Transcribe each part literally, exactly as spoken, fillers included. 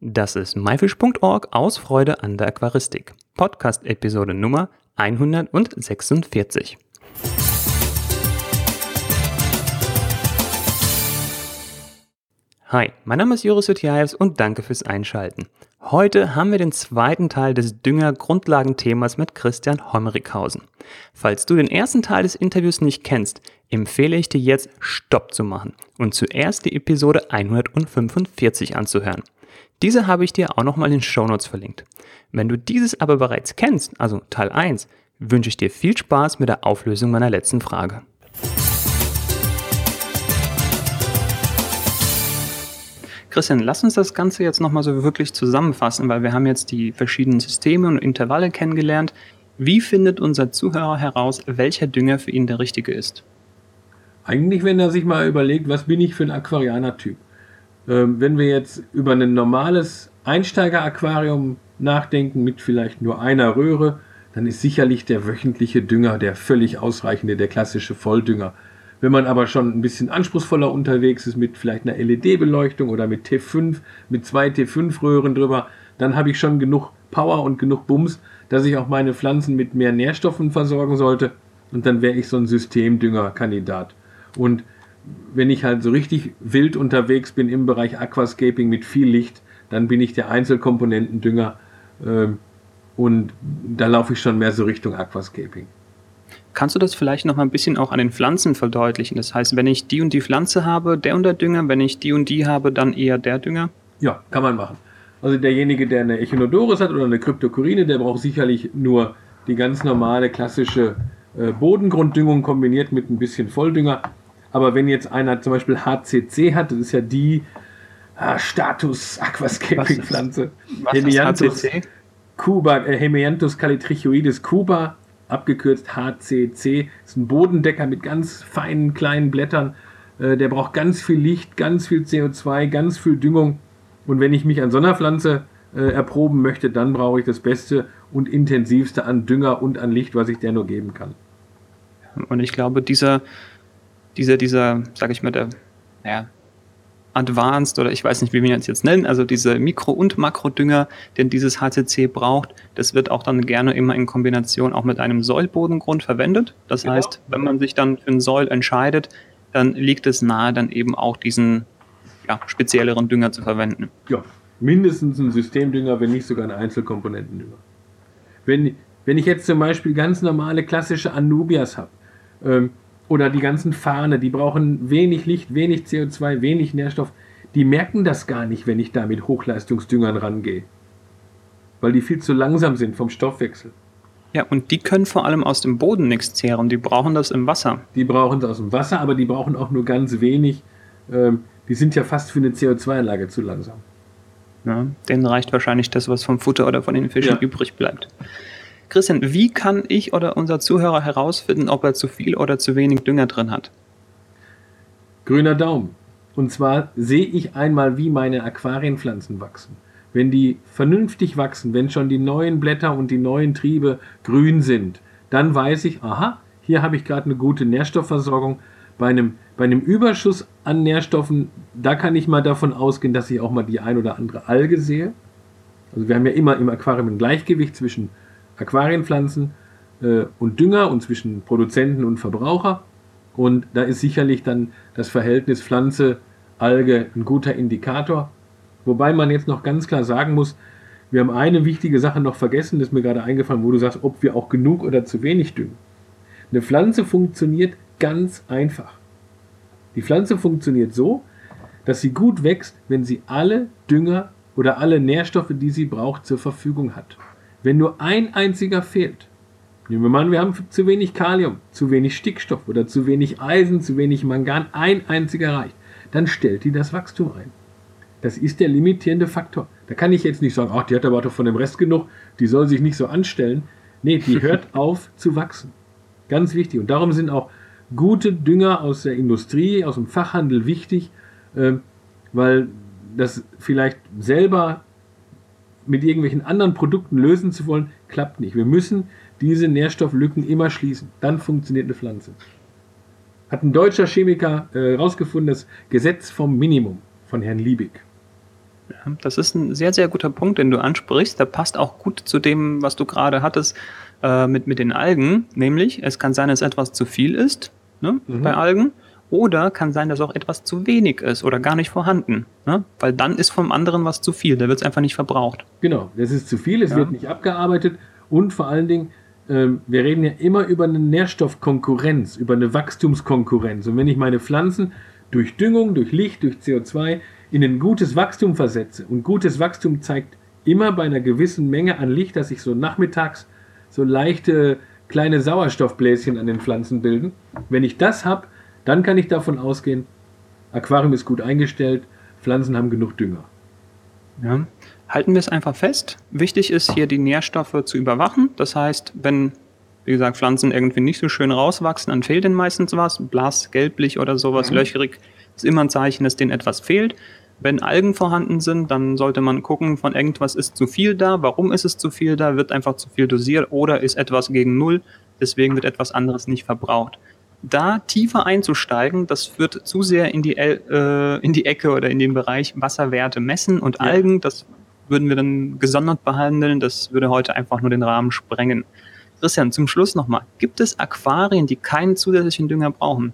Das ist myfish punkt org aus Freude an der Aquaristik. Podcast-Episode Nummer hundertsechsundvierzig. Hi, mein Name ist Joris Jutjaevs und danke fürs Einschalten. Heute haben wir den zweiten Teil des Dünger-Grundlagenthemas mit Christian Hommerichhausen. Falls du den ersten Teil des Interviews nicht kennst, empfehle ich dir jetzt Stopp zu machen und zuerst die Episode hundertfünfundvierzig anzuhören. Diese habe ich dir auch nochmal in den Shownotes verlinkt. Wenn du dieses aber bereits kennst, also Teil eins, wünsche ich dir viel Spaß mit der Auflösung meiner letzten Frage. Christian, lass uns das Ganze jetzt nochmal so wirklich zusammenfassen, weil wir haben jetzt die verschiedenen Systeme und Intervalle kennengelernt. Wie findet unser Zuhörer heraus, welcher Dünger für ihn der richtige ist? Eigentlich, wenn er sich mal überlegt, was bin ich für ein Aquarianer-Typ? Ähm, wenn wir jetzt über ein normales Einsteiger-Aquarium nachdenken mit vielleicht nur einer Röhre, dann ist sicherlich der wöchentliche Dünger der völlig ausreichende, der klassische Volldünger. Wenn man aber schon ein bisschen anspruchsvoller unterwegs ist mit vielleicht einer L E D-Beleuchtung oder mit T fünf, mit zwei T fünf Röhren drüber, dann habe ich schon genug Power und genug Bums, dass ich auch meine Pflanzen mit mehr Nährstoffen versorgen sollte. Und dann wäre ich so ein Systemdüngerkandidat. Und wenn ich halt so richtig wild unterwegs bin im Bereich Aquascaping mit viel Licht, dann bin ich der Einzelkomponentendünger äh, und da laufe ich schon mehr so Richtung Aquascaping. Kannst du das vielleicht noch mal ein bisschen auch an den Pflanzen verdeutlichen? Das heißt, wenn ich die und die Pflanze habe, der und der Dünger, wenn ich die und die habe, dann eher der Dünger? Ja, kann man machen. Also derjenige, der eine Echinodorus hat oder eine Kryptococcine, der braucht sicherlich nur die ganz normale klassische äh, Bodengrunddüngung kombiniert mit ein bisschen Volldünger. Aber wenn jetzt einer zum Beispiel H C C hat, das ist ja die ah, Status Aquascaping Pflanze. Was ist, was ist H C C? Cuba, äh, Hemianthus calitrichoides Cuba, abgekürzt H C C, ist ein Bodendecker mit ganz feinen kleinen Blättern. Äh, der braucht ganz viel Licht, ganz viel C O zwei, ganz viel Düngung. Und wenn ich mich an so einer Pflanze äh, erproben möchte, dann brauche ich das Beste und intensivste an Dünger und an Licht, was ich der nur geben kann. Und ich glaube, dieser Dieser, dieser, sag ich mal, der, naja, Advanced oder ich weiß nicht, wie wir ihn jetzt nennen, also diese Mikro- und Makrodünger, den dieses H C C braucht, das wird auch dann gerne immer in Kombination auch mit einem Säulbodengrund verwendet. Das genau. heißt, wenn man sich dann für einen Säul entscheidet, dann liegt es nahe, dann eben auch diesen ja, spezielleren Dünger zu verwenden. Ja, mindestens ein Systemdünger, wenn nicht sogar ein Einzelkomponentendünger. Wenn, wenn ich jetzt zum Beispiel ganz normale klassische Anubias habe, ähm, oder die ganzen Farne, die brauchen wenig Licht, wenig C O zwei, wenig Nährstoff. Die merken das gar nicht, wenn ich da mit Hochleistungsdüngern rangehe. Weil die viel zu langsam sind vom Stoffwechsel. Ja, und die können vor allem aus dem Boden nichts zehren. Die brauchen das im Wasser. Die brauchen das aus dem Wasser, aber die brauchen auch nur ganz wenig. Die sind ja fast für eine C O zwei Anlage zu langsam. Ja, denen reicht wahrscheinlich das, was vom Futter oder von den Fischen ja. übrig bleibt. Christian, wie kann ich oder unser Zuhörer herausfinden, ob er zu viel oder zu wenig Dünger drin hat? Grüner Daumen. Und zwar sehe ich einmal, wie meine Aquarienpflanzen wachsen. Wenn die vernünftig wachsen, wenn schon die neuen Blätter und die neuen Triebe grün sind, dann weiß ich, aha, hier habe ich gerade eine gute Nährstoffversorgung. Bei einem, bei einem Überschuss an Nährstoffen, da kann ich mal davon ausgehen, dass ich auch mal die ein oder andere Alge sehe. Also wir haben ja immer im Aquarium ein Gleichgewicht zwischen Aquarienpflanzen äh, und Dünger und zwischen Produzenten und Verbraucher. Und da ist sicherlich dann das Verhältnis Pflanze-Alge ein guter Indikator. Wobei man jetzt noch ganz klar sagen muss, wir haben eine wichtige Sache noch vergessen, das ist mir gerade eingefallen, wo du sagst, ob wir auch genug oder zu wenig düngen. Eine Pflanze funktioniert ganz einfach. Die Pflanze funktioniert so, dass sie gut wächst, wenn sie alle Dünger oder alle Nährstoffe, die sie braucht, zur Verfügung hat. Wenn nur ein einziger fehlt, nehmen wir mal an, wir haben zu wenig Kalium, zu wenig Stickstoff oder zu wenig Eisen, zu wenig Mangan, ein einziger reicht, dann stellt die das Wachstum ein. Das ist der limitierende Faktor. Da kann ich jetzt nicht sagen, ach, die hat aber doch von dem Rest genug, die soll sich nicht so anstellen. Nee, die hört auf zu wachsen. Ganz wichtig. Und darum sind auch gute Dünger aus der Industrie, aus dem Fachhandel wichtig, äh, weil das vielleicht selber mit irgendwelchen anderen Produkten lösen zu wollen, klappt nicht. Wir müssen diese Nährstofflücken immer schließen. Dann funktioniert eine Pflanze. Hat ein deutscher Chemiker herausgefunden, äh, das Gesetz vom Minimum von Herrn Liebig. Ja, das ist ein sehr, sehr guter Punkt, den du ansprichst. Der passt auch gut zu dem, was du gerade hattest äh, mit, mit den Algen. Nämlich, es kann sein, dass etwas zu viel ist, ne, Mhm. bei Algen. Oder kann sein, dass auch etwas zu wenig ist oder gar nicht vorhanden. Ne? Weil dann ist vom anderen was zu viel. Da wird es einfach nicht verbraucht. Genau, das ist zu viel, es Ja. wird nicht abgearbeitet und vor allen Dingen, ähm, wir reden ja immer über eine Nährstoffkonkurrenz, über eine Wachstumskonkurrenz. Und wenn ich meine Pflanzen durch Düngung, durch Licht, durch C O zwei in ein gutes Wachstum versetze, und gutes Wachstum zeigt immer bei einer gewissen Menge an Licht, dass sich so nachmittags so leichte kleine Sauerstoffbläschen an den Pflanzen bilden. Wenn ich das habe, dann kann ich davon ausgehen, Aquarium ist gut eingestellt, Pflanzen haben genug Dünger. Ja. Halten wir es einfach fest. Wichtig ist hier die Nährstoffe zu überwachen. Das heißt, wenn, wie gesagt, Pflanzen irgendwie nicht so schön rauswachsen, dann fehlt denen meistens was. Blass, gelblich oder sowas, Mhm. löcherig, ist immer ein Zeichen, dass denen etwas fehlt. Wenn Algen vorhanden sind, dann sollte man gucken, von irgendwas ist zu viel da. Warum ist es zu viel da? Wird einfach zu viel dosiert oder ist etwas gegen Null? Deswegen wird etwas anderes nicht verbraucht. Da tiefer einzusteigen, das führt zu sehr in die, äh, in die Ecke oder in den Bereich Wasserwerte messen und Ja. Algen. Das würden wir dann gesondert behandeln. Das würde heute einfach nur den Rahmen sprengen. Christian, zum Schluss nochmal. Gibt es Aquarien, die keinen zusätzlichen Dünger brauchen?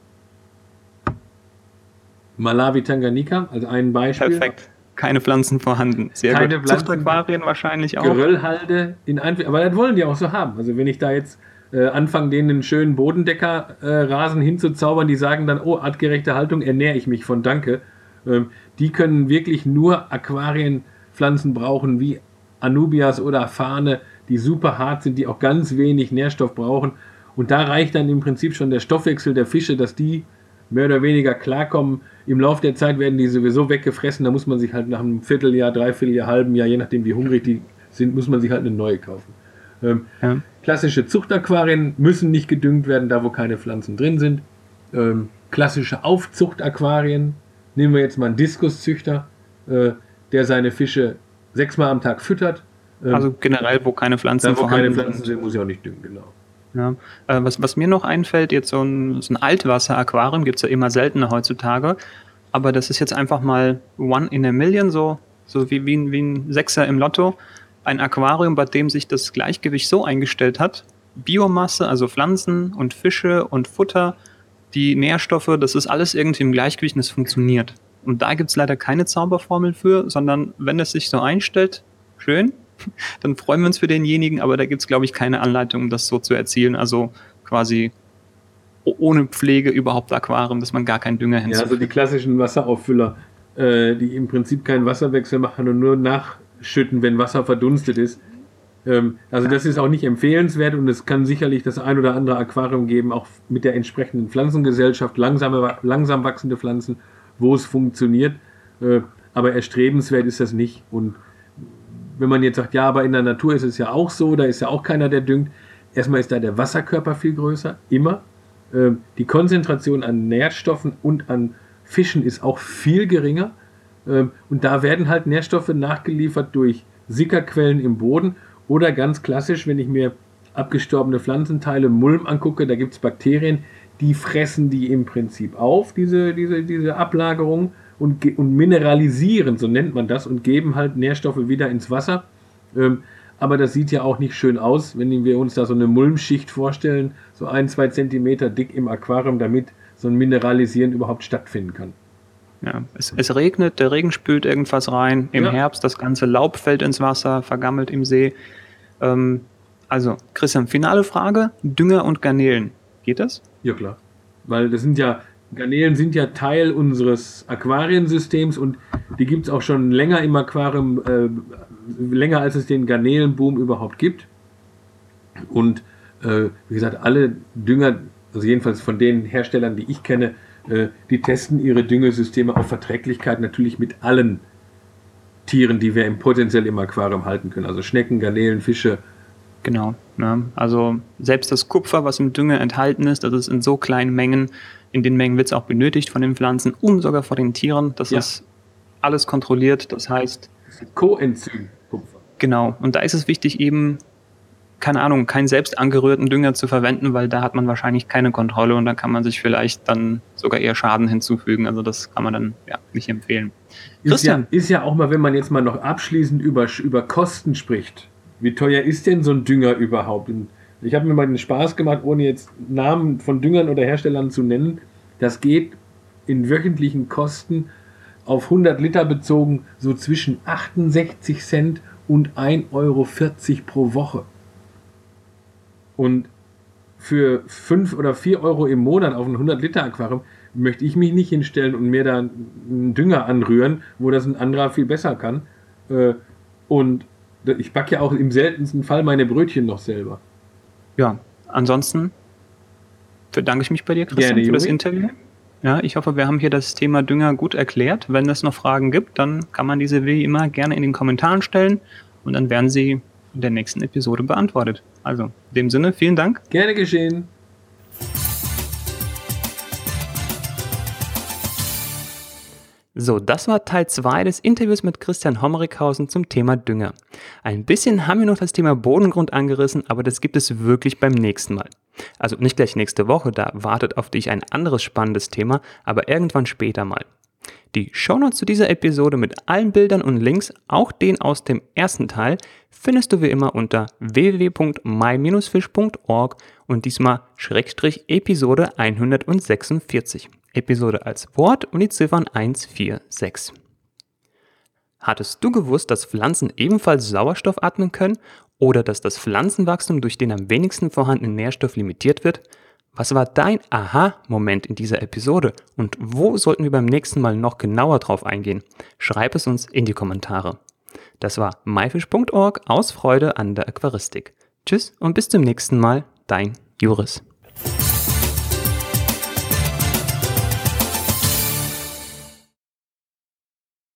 Malawi Tanganyika, also ein Beispiel. Perfekt. Keine Pflanzen vorhanden. Sehr Keine gut. Pflanzen. Zuchtaquarien wahrscheinlich auch. Geröllhalde in ein, aber das wollen die auch so haben. Also wenn ich da jetzt äh, anfange, denen einen schönen Bodendeckerrasen äh, hinzuzaubern, die sagen dann, oh, artgerechte Haltung, ernähre ich mich von, danke. Ähm, die können wirklich nur Aquarienpflanzen brauchen, wie Anubias oder Fahne, die super hart sind, die auch ganz wenig Nährstoff brauchen. Und da reicht dann im Prinzip schon der Stoffwechsel der Fische, dass die mehr oder weniger klarkommen. Im Laufe der Zeit werden die sowieso weggefressen. Da muss man sich halt nach einem Vierteljahr, Dreivierteljahr, halben Jahr, je nachdem wie hungrig die sind, muss man sich halt eine neue kaufen. Ähm, Ja. Klassische Zuchtaquarien müssen nicht gedüngt werden, da wo keine Pflanzen drin sind. Ähm, klassische Aufzuchtaquarien, nehmen wir jetzt mal einen Diskuszüchter, äh, der seine Fische sechsmal am Tag füttert. Ähm, Also generell, wo keine Pflanzen da wo keine vorhanden Pflanzen sind. sind, muss ich auch nicht düngen, genau. Ja. Äh, was, was mir noch einfällt, jetzt so ein, so ein Altwasser-Aquarium gibt es ja immer seltener heutzutage, aber das ist jetzt einfach mal one in a million, so, so wie, wie, ein, wie ein Sechser im Lotto. Ein Aquarium, bei dem sich das Gleichgewicht so eingestellt hat, Biomasse, also Pflanzen und Fische und Futter, die Nährstoffe, das ist alles irgendwie im Gleichgewicht und es funktioniert. Und da gibt es leider keine Zauberformel für, sondern wenn es sich so einstellt, schön, dann freuen wir uns für denjenigen, aber da gibt es, glaube ich, keine Anleitung, um das so zu erzielen. Also quasi ohne Pflege überhaupt Aquarium, dass man gar keinen Dünger Ja, hinzufügt. also die klassischen Wasserauffüller, äh, die im Prinzip keinen Wasserwechsel machen und nur nachschütten, wenn Wasser verdunstet ist. Ähm, also das ist auch nicht empfehlenswert und es kann sicherlich das ein oder andere Aquarium geben, auch mit der entsprechenden Pflanzengesellschaft, langsame, langsam wachsende Pflanzen, wo es funktioniert. Äh, aber erstrebenswert ist das nicht. Und wenn man jetzt sagt, ja, aber in der Natur ist es ja auch so, da ist ja auch keiner, der düngt. Erstmal ist da der Wasserkörper viel größer, immer. Ähm, die Konzentration an Nährstoffen und an Fischen ist auch viel geringer. Ähm, und da werden halt Nährstoffe nachgeliefert durch Sickerquellen im Boden oder ganz klassisch, wenn ich mir abgestorbene Pflanzenteile, Mulm angucke, da gibt es Bakterien, die fressen die im Prinzip auf, diese, diese, diese Ablagerung und, und mineralisieren, so nennt man das, und geben halt Nährstoffe wieder ins Wasser. Ähm, aber das sieht ja auch nicht schön aus, wenn wir uns da so eine Mulmschicht vorstellen, so ein, zwei Zentimeter dick im Aquarium, damit so ein Mineralisieren überhaupt stattfinden kann. Ja, es, es regnet, der Regen spült irgendwas rein, im Ja. Herbst das ganze Laub fällt ins Wasser, vergammelt im See. Ähm, also, Christian, finale Frage, Dünger und Garnelen, geht das? Ja, klar. Weil das sind ja, Garnelen sind ja Teil unseres Aquariensystems und die gibt es auch schon länger im Aquarium, äh, länger als es den Garnelenboom überhaupt gibt. Und äh, wie gesagt, alle Dünger, also jedenfalls von den Herstellern, die ich kenne, äh, die testen ihre Düngesysteme auf Verträglichkeit natürlich mit allen Tieren, die wir im, potenziell im Aquarium halten können. Also Schnecken, Garnelen, Fische. Genau. Ne? Also selbst das Kupfer, was im Dünger enthalten ist, das ist in so kleinen Mengen, in den Mengen wird es auch benötigt von den Pflanzen und sogar von den Tieren. Das Ja. ist alles kontrolliert. Das heißt, Coenzym Kupfer. genau. Und da ist es wichtig, eben keine Ahnung, keinen selbst angerührten Dünger zu verwenden, weil da hat man wahrscheinlich keine Kontrolle und da kann man sich vielleicht dann sogar eher Schaden hinzufügen. Also das kann man dann ja nicht empfehlen. Ist ja, ist ja auch mal, wenn man jetzt mal noch abschließend über, über Kosten spricht. Wie teuer ist denn so ein Dünger überhaupt? Ich habe mir mal den Spaß gemacht, ohne jetzt Namen von Düngern oder Herstellern zu nennen. Das geht in wöchentlichen Kosten auf hundert Liter bezogen so zwischen achtundsechzig Cent und ein Euro vierzig pro Woche. Und für fünf oder vier Euro im Monat auf ein hundert Liter Aquarium möchte ich mich nicht hinstellen und mir da einen Dünger anrühren, wo das ein anderer viel besser kann. Und ich backe ja auch im seltensten Fall meine Brötchen noch selber. Ja, ansonsten bedanke ich mich bei dir, Christian, Gerne, für das Juri. Interview. Ja, ich hoffe, wir haben hier das Thema Dünger gut erklärt. Wenn es noch Fragen gibt, dann kann man diese wie immer gerne in den Kommentaren stellen und dann werden sie in der nächsten Episode beantwortet. Also, in dem Sinne, vielen Dank. Gerne geschehen. So, das war Teil zwei des Interviews mit Christian Hommerichhausen zum Thema Dünger. Ein bisschen haben wir noch das Thema Bodengrund angerissen, aber das gibt es wirklich beim nächsten Mal. Also nicht gleich nächste Woche, da wartet auf dich ein anderes spannendes Thema, aber irgendwann später mal. Die Shownotes zu dieser Episode mit allen Bildern und Links, auch den aus dem ersten Teil, findest du wie immer unter w w w punkt my dash fish punkt org und diesmal Schrägstrich Episode hundertsechsundvierzig. Episode als Wort und die Ziffern eins, vier, sechs. Hattest du gewusst, dass Pflanzen ebenfalls Sauerstoff atmen können oder dass das Pflanzenwachstum durch den am wenigsten vorhandenen Nährstoff limitiert wird? Was war dein Aha-Moment in dieser Episode und wo sollten wir beim nächsten Mal noch genauer drauf eingehen? Schreib es uns in die Kommentare. Das war my fish punkt org aus Freude an der Aquaristik. Tschüss und bis zum nächsten Mal, dein Juris.